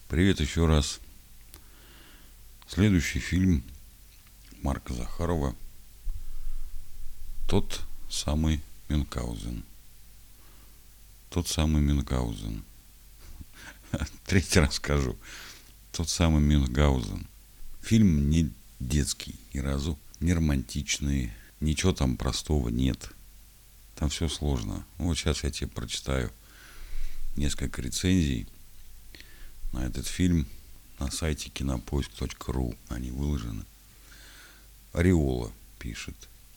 Привет еще раз. Следующий фильм Марка Захарова. Тот самый Мюнхгаузен. Тот самый Мюнхгаузен. Третий раз скажу. Тот самый Мюнхгаузен. Фильм не детский ни разу, не романтичный. Ничего там простого нет. Там все сложно. Вот сейчас я тебе прочитаю несколько рецензий на этот фильм. На сайте кинопоиск.ру они выложены. Ореола пишет.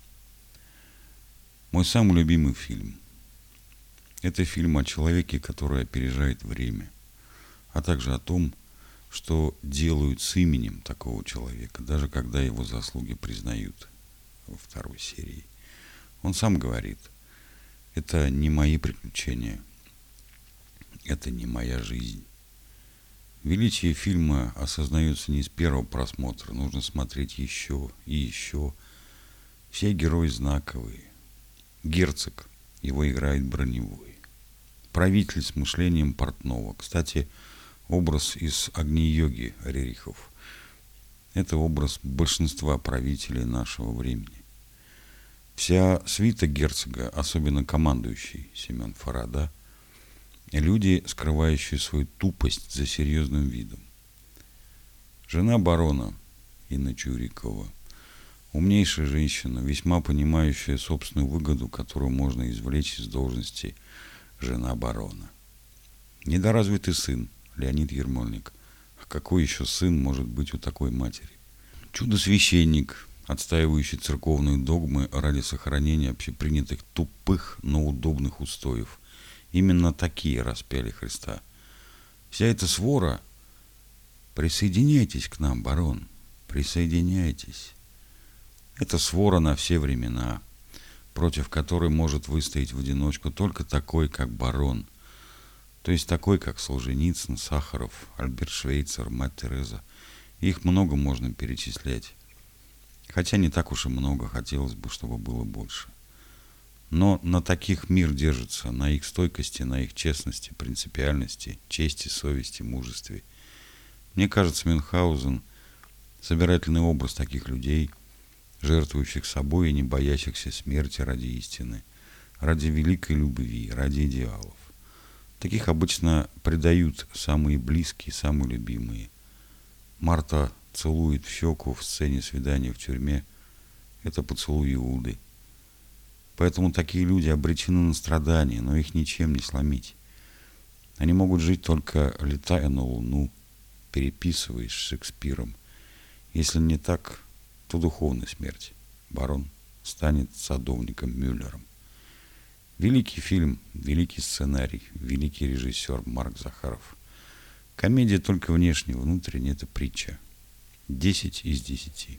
Мой самый любимый фильм. Это фильм о человеке, который опережает время, а также о том, что делают с именем такого человека, даже когда его заслуги признают во второй серии. Он сам говорит, это не мои приключения, это не моя жизнь. Величие фильма осознается не с первого просмотра, нужно смотреть еще и еще. Все герои знаковые. Герцог, его играет Броневой. Правитель с мышлением Портнова. Кстати, образ из Агни-йоги Рерихов. Это образ большинства правителей нашего времени. Вся свита герцога, особенно командующий Семен Фарада, люди, скрывающие свою тупость за серьезным видом. Жена барона Инна Чурикова. Умнейшая женщина, весьма понимающая собственную выгоду, которую можно извлечь из должности жена барона. Недоразвитый сын Леонид Ермольник. А какой еще сын может быть у такой матери? Чудо-священник, отстаивающий церковные догмы ради сохранения общепринятых тупых, но удобных устоев. Именно такие распяли Христа. Вся эта свора... Присоединяйтесь к нам, барон, присоединяйтесь. Это свора на все времена, против которой может выстоять в одиночку только такой, как барон. То есть такой, как Солженицын, Сахаров, Альберт Швейцер, мать Тереза. Их много можно перечислять. Хотя не так уж и много, хотелось бы, чтобы было больше. Но на таких мир держится, на их стойкости, на их честности, принципиальности, чести, совести, мужестве. Мне кажется, Мюнхгаузен – собирательный образ таких людей, жертвующих собой и не боящихся смерти ради истины, ради великой любви, ради идеалов. Таких обычно предают самые близкие, самые любимые. Марта целует в щеку в сцене свидания в тюрьме. Это поцелуй Иуды. Поэтому такие люди обречены на страдания, но их ничем не сломить. Они могут жить только летая на Луну, переписываясь с Шекспиром. Если не так, то духовная смерть. Барон станет садовником Мюллером. Великий фильм, великий сценарий, великий режиссер Марк Захаров. Комедия только внешне, внутренне это притча. 10 из 10.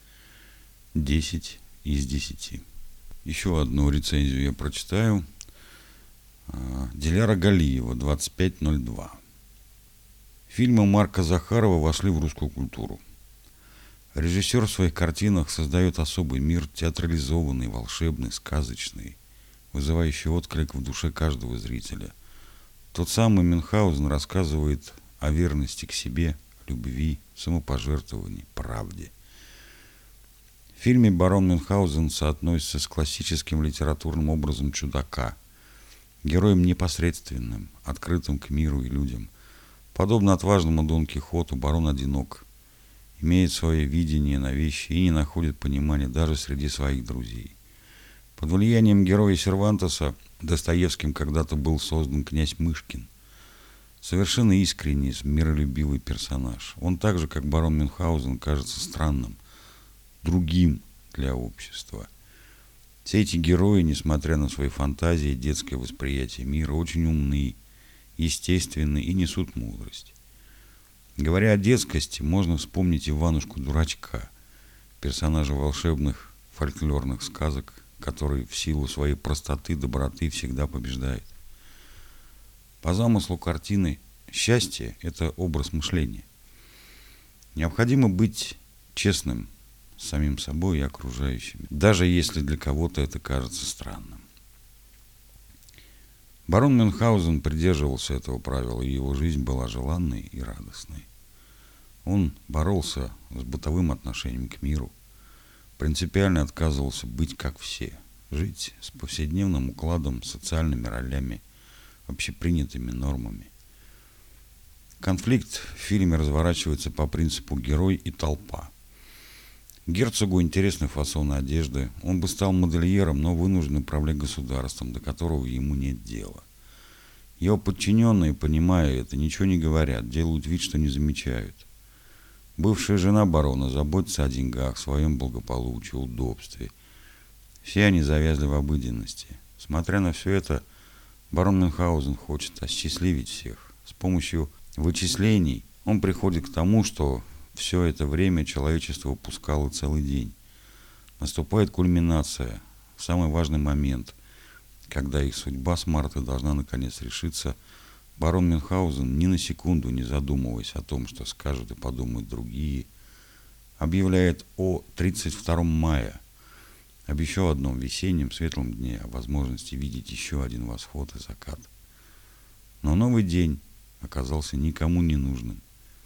10 из 10. Еще одну рецензию я прочитаю. Диляра Галиева, 2502. Фильмы Марка Захарова вошли в русскую культуру. Режиссер в своих картинах создает особый мир, театрализованный, волшебный, сказочный, вызывающий отклик в душе каждого зрителя. Тот самый Мюнхгаузен рассказывает о верности к себе, любви, самопожертвовании, правде. В фильме барон Мюнхгаузен соотносится с классическим литературным образом чудака, героем непосредственным, открытым к миру и людям. Подобно отважному Дон Кихоту, барон одинок, имеет свое видение на вещи и не находит понимания даже среди своих друзей. Под влиянием героя Сервантеса Достоевским когда-то был создан князь Мышкин. Совершенно искренний, миролюбивый персонаж. Он так же, как барон Мюнхгаузен, кажется странным, другим для общества. Все эти герои, несмотря на свои фантазии и детское восприятие мира, очень умны, естественны и несут мудрость. Говоря о детскости, можно вспомнить Иванушку-дурачка, персонажа волшебных фольклорных сказок, который в силу своей простоты, доброты всегда побеждает. По замыслу картины счастье – это образ мышления. Необходимо быть честным с самим собой и окружающими, даже если для кого-то это кажется странным. Барон Мюнхгаузен придерживался этого правила, и его жизнь была желанной и радостной. Он боролся с бытовым отношением к миру, принципиально отказывался быть как все, жить с повседневным укладом, социальными ролями, общепринятыми нормами. Конфликт в фильме разворачивается по принципу герой и толпа. Герцогу интересны фасоны одежды, он бы стал модельером, но вынужден управлять государством, до которого ему нет дела. Его подчиненные, понимая это, ничего не говорят, делают вид, что не замечают. Бывшая жена барона заботится о деньгах, своем благополучии, удобстве. Все они завязли в обыденности. Смотря на все это, барон Мюнхгаузен хочет осчастливить всех. С помощью вычислений он приходит к тому, что все это время человечество упускало целый день. Наступает кульминация, самый важный момент, когда их судьба с Мартой должна наконец решиться. Барон Мюнхгаузен, ни на секунду не задумываясь о том, что скажут и подумают другие, объявляет о 32 мая, об еще одном весеннем светлом дне, о возможности видеть еще один восход и закат. Но новый день оказался никому не нужным.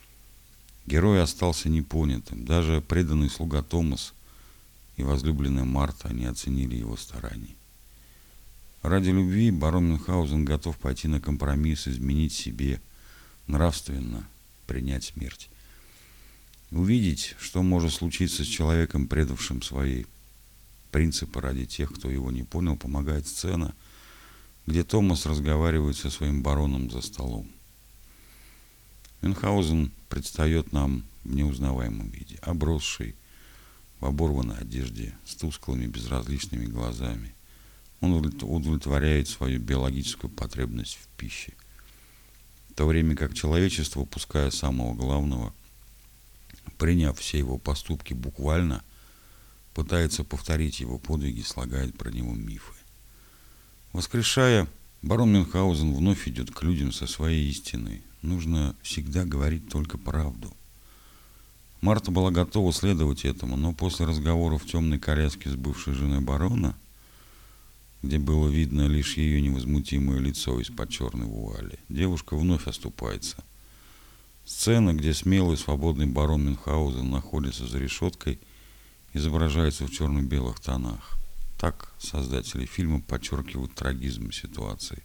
Герой остался непонятым. Даже преданный слуга Томас и возлюбленная Марта не оценили его стараний. Ради любви барон Мюнхгаузен готов пойти на компромисс, изменить себе, нравственно принять смерть. Увидеть, что может случиться с человеком, предавшим свои принципы ради тех, кто его не понял, помогает сцена, где Томас разговаривает со своим бароном за столом. Мюнхгаузен предстает нам в неузнаваемом виде, обросший, в оборванной одежде, с тусклыми безразличными глазами. Он удовлетворяет свою биологическую потребность в пище, в то время как человечество, упуская самого главного, приняв все его поступки буквально, пытается повторить его подвиги, слагает про него мифы. Воскрешая, барон Мюнхгаузен вновь идет к людям со своей истиной. Нужно всегда говорить только правду. Марта была готова следовать этому, но после разговора в темной коляске с бывшей женой барона, где было видно лишь ее невозмутимое лицо из-под черной вуали, девушка вновь оступается. Сцена, где смелый свободный барон Мюнхгаузен находится за решеткой, изображается в черно-белых тонах. Так создатели фильма подчеркивают трагизм ситуации.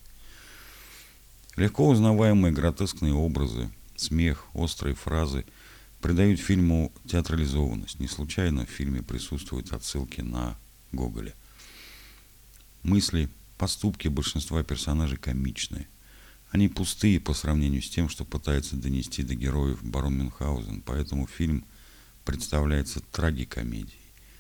Легко узнаваемые гротескные образы, смех, острые фразы придают фильму театрализованность. Не случайно в фильме присутствуют отсылки на Гоголя. Мысли, поступки большинства персонажей комичные. Они пустые по сравнению с тем, что пытается донести до героев барон Мюнхгаузен, поэтому фильм представляется трагикомедией.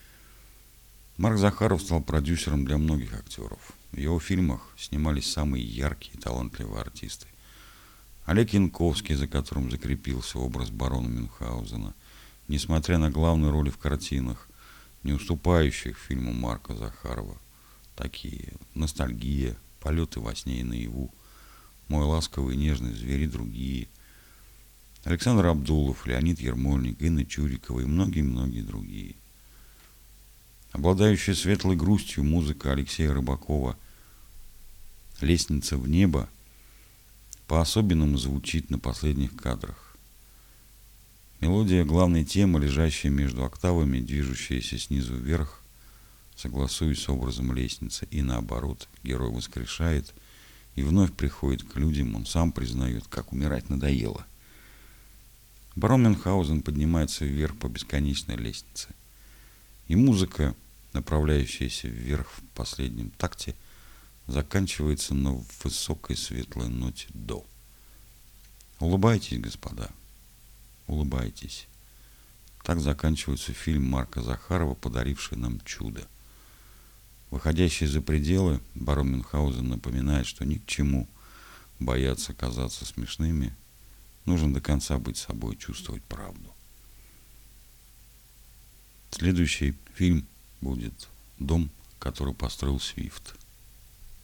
Марк Захаров стал продюсером для многих актеров. В его фильмах снимались самые яркие и талантливые артисты. Олег Янковский, за которым закрепился образ барона Мюнхгаузена, несмотря на главные роли в картинах, не уступающих фильму Марка Захарова, такие «Ностальгия», «Полеты во сне и наяву», «Мой ласковый и нежный зверь» и другие. Александр Абдулов, Леонид Ермольник, Инна Чурикова и многие-многие другие. Обладающая светлой грустью музыка Алексея Рыбакова «Лестница в небо» по-особенному звучит на последних кадрах. Мелодия главной темы, лежащая между октавами, движущаяся снизу вверх, согласуясь с образом лестницы, и наоборот, герой воскрешает и вновь приходит к людям, он сам признает, как умирать надоело. Барон Мюнхгаузен поднимается вверх по бесконечной лестнице, и музыка, направляющаяся вверх в последнем такте, заканчивается на высокой светлой ноте до. Улыбайтесь, господа, улыбайтесь. Так заканчивается фильм Марка Захарова, подаривший нам чудо. Выходящий за пределы, барон Мюнхгаузен напоминает, что ни к чему бояться казаться смешными, нужно до конца быть собой, чувствовать правду. Следующий фильм будет «Дом, который построил Свифт».